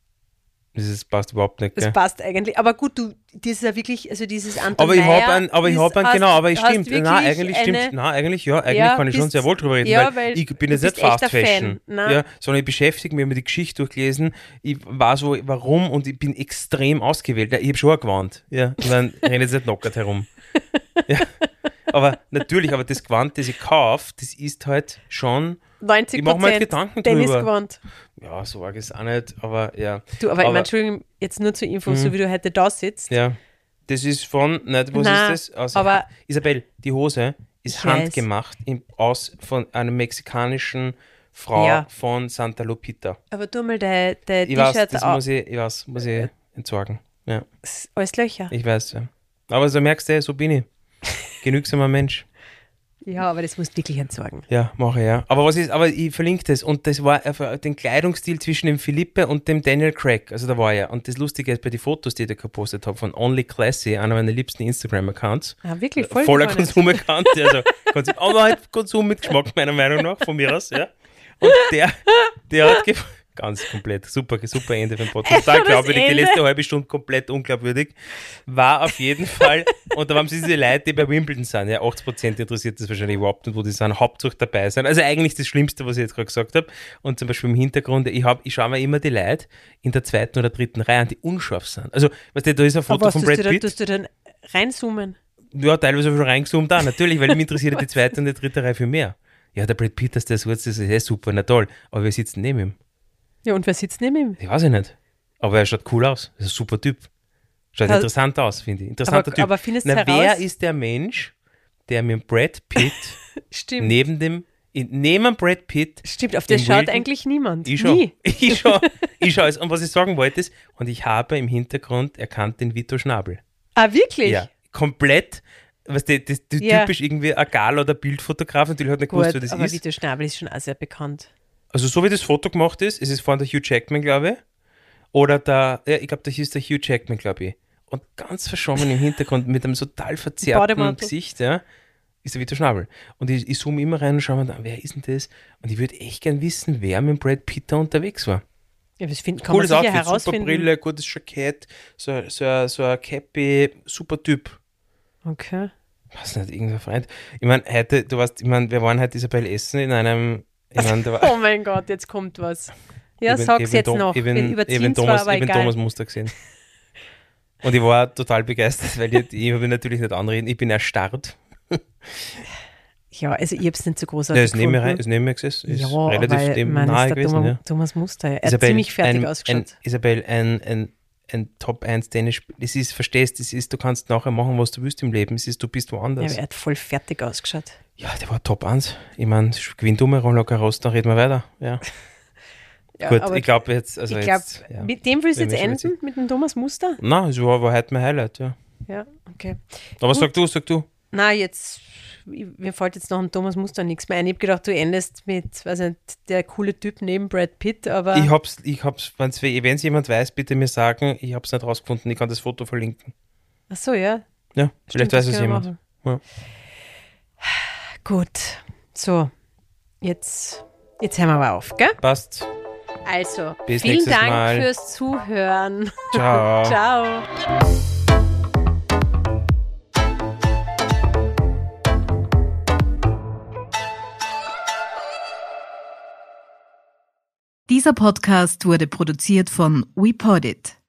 Das ist, passt überhaupt nicht. das Gell? passt eigentlich, aber gut, du, das ist ja wirklich, also dieses Anton Aber ich Meyer, habe ein, aber ich das habe ein, hast- genau, aber es hast stimmt. wirklich Nein, eigentlich eine- stimmt. Nein, eigentlich ja, eigentlich Ja, kann ich schon bist- sehr wohl drüber reden, ja, weil, weil ich bin du jetzt nicht bist echt Fast ein Fan. Fashion, Nein. ja, sondern ich beschäftige mich mit die Geschichte durchgelesen. Ich war so, warum und ich bin extrem ausgewählt. Ja, ich habe schon gewarnt. Ja, ich meine, ich renne jetzt nicht knockert herum. Ja. Aber natürlich, aber das Gewand, das ich kaufe, das ist halt schon, neunzig ich mache mir halt Prozent Gedanken Dennis drüber. gewandt. Ja, so arg ist auch nicht, aber ja. Du, aber, ich Aber- meine, Entschuldigung, jetzt nur zur Info, Mhm. so wie du heute da sitzt. Ja, das ist von, nicht, was Nein, ist das? Aus, aber- Isabel, die Hose ist Ich weiß. handgemacht im, aus von einer mexikanischen Frau Ja. von Santa Lupita. Aber tu mal dein dein Ich weiß, T-Shirt das au- muss ich, ich weiß, muss ich entsorgen. Ja, alles Löcher. ich weiß, ja. Aber so merkst du, so bin ich. Genügsamer Mensch. Ja, aber das musst du wirklich entsorgen. Ja, mache ich, ja. Aber was ist, aber ich verlinke das und das war einfach den Kleidungsstil zwischen dem Philippe und dem Daniel Craig, also da war er. Und das Lustige ist bei den Fotos, die ich da gepostet habe von Only Classy, einer meiner liebsten Instagram-Accounts, Ah, wirklich, voll voller gefallen. Konsum-Account, also Konsum, aber halt Konsum mit Geschmack, meiner Meinung nach, von mir aus, ja. Und der, der hat, ge Ganz komplett. Super, super Ende vom Podcast. Da glaubwürdig, die letzte halbe Stunde komplett unglaubwürdig. War auf jeden Fall, und da haben sie diese Leute, die bei Wimbledon sind, ja, achtzig Prozent interessiert das wahrscheinlich überhaupt nicht, wo die sind, hauptsächlich dabei sein. Also eigentlich das Schlimmste, was ich jetzt gerade gesagt habe. Und zum Beispiel im Hintergrund, ich, hab, ich schaue mir immer die Leute in der zweiten oder dritten Reihe an, die unscharf sind. Also, weißt du, da ist ein Foto Aber von was Brad tust du dann, Pitt. tust du dann reinzoomen? Ja, teilweise habe ich schon reingezoomt da, natürlich, weil mich interessiert die zweite und die dritte Reihe viel mehr. Ja, der Brad Pitt, das ist das ist eh super, na toll. Aber wir sitzen neben ihm. Ja, und wer sitzt neben ihm? Ich weiß ich nicht. Aber er schaut cool aus. Das ist ein super Typ. Schaut Hat- interessant aus, finde ich. Interessanter Aber, Typ. aber findest du Na, heraus? wer ist der Mensch, der mit Brad Pitt Stimmt. neben dem, in, neben Brad Pitt, Stimmt, auf das im schaut Wilden- eigentlich niemand. ich schau, Nie. ich schau, ich schau es. Und was ich sagen wollte ist, und ich habe im Hintergrund erkannt den Vito Schnabel. Ah, wirklich? Ja, komplett. Was die, die, die Ja. typisch irgendwie ein Gal- oder Bildfotograf, natürlich hat nicht gewusst, Gut, wer das aber ist. Vito Schnabel ist schon auch sehr bekannt. Also so wie das Foto gemacht ist, ist es von der Hugh Jackman, glaube ich. Oder der, ja, ich glaube, da hieß der Hugh Jackman, glaube ich. Und ganz verschwommen im Hintergrund mit einem total verzerrten Bademantel. Gesicht, ja, ist der Vito Schnabel. Und ich, ich zoome immer rein und schaue mir dann, wer ist denn das? Und ich würde echt gern wissen, wer mit Brad Pitt da unterwegs war. Ja, das find, kann Cooles man sicher Outfit, super herausfinden. Brille, gutes Jackett, so, so, ein- so ein Cappy, super Typ. Okay. Was nicht, irgendein Freund. Ich meine, heute, du weißt, ich meine, wir waren heute Isabel essen in einem, ich meine, da war, Oh mein Gott, jetzt kommt was. Ja, ich bin- sag's ich bin jetzt Tom- noch. Ich bin, Wir ich überziehen bin zwar, Thomas, aber ich bin egal. Thomas Muster gesehen. Und ich war total begeistert, weil ich, ich will natürlich nicht anreden, ich bin erstarrt. Ja, also ich hab's nicht so großartig Der ist neben mir gefunden. rein, ist neben mir gesessen, ist ja, relativ weil, dem man nahe ist der gewesen. Thomas, Ja. Thomas Muster. Er hat Isabel, ziemlich fertig ein, ausgeschaut. Ein, Isabel, ein, ein, ein Top eins Tennis, das ist, verstehst, das ist, du kannst nachher machen, was du willst im Leben, es ist, du bist ja, woanders. aber er hat voll fertig ausgeschaut. Ja, der war Top eins. Ich meine, gewinnt du mal Roland Garros, dann reden wir weiter. Ja. Ja, Gut, aber ich glaube jetzt, also ich glaube, jetzt, ja. mit dem willst du Wenn jetzt wir schon enden, mit dem Thomas Muster? Nein, es war, war heute mein Highlight, ja. Ja, okay. Aber Gut. sag du, sag du. Na, jetzt, ich- mir fällt jetzt noch ein Thomas Muster nichts mehr ein. Ich habe gedacht, du endest mit, weiß nicht, der coole Typ neben Brad Pitt, aber Ich hab's, ich hab's, wenn es jemand weiß, bitte mir sagen, ich hab's nicht rausgefunden, ich kann das Foto verlinken. ach so, ja. Ja, vielleicht Stimmt, weiß das es können wir jemand. machen. Gut, so, jetzt, jetzt hören wir aber auf, gell? Passt. Also, Bis vielen nächstes Dank Mal. fürs Zuhören. Ciao. Ciao. Dieser Podcast wurde produziert von WePodit.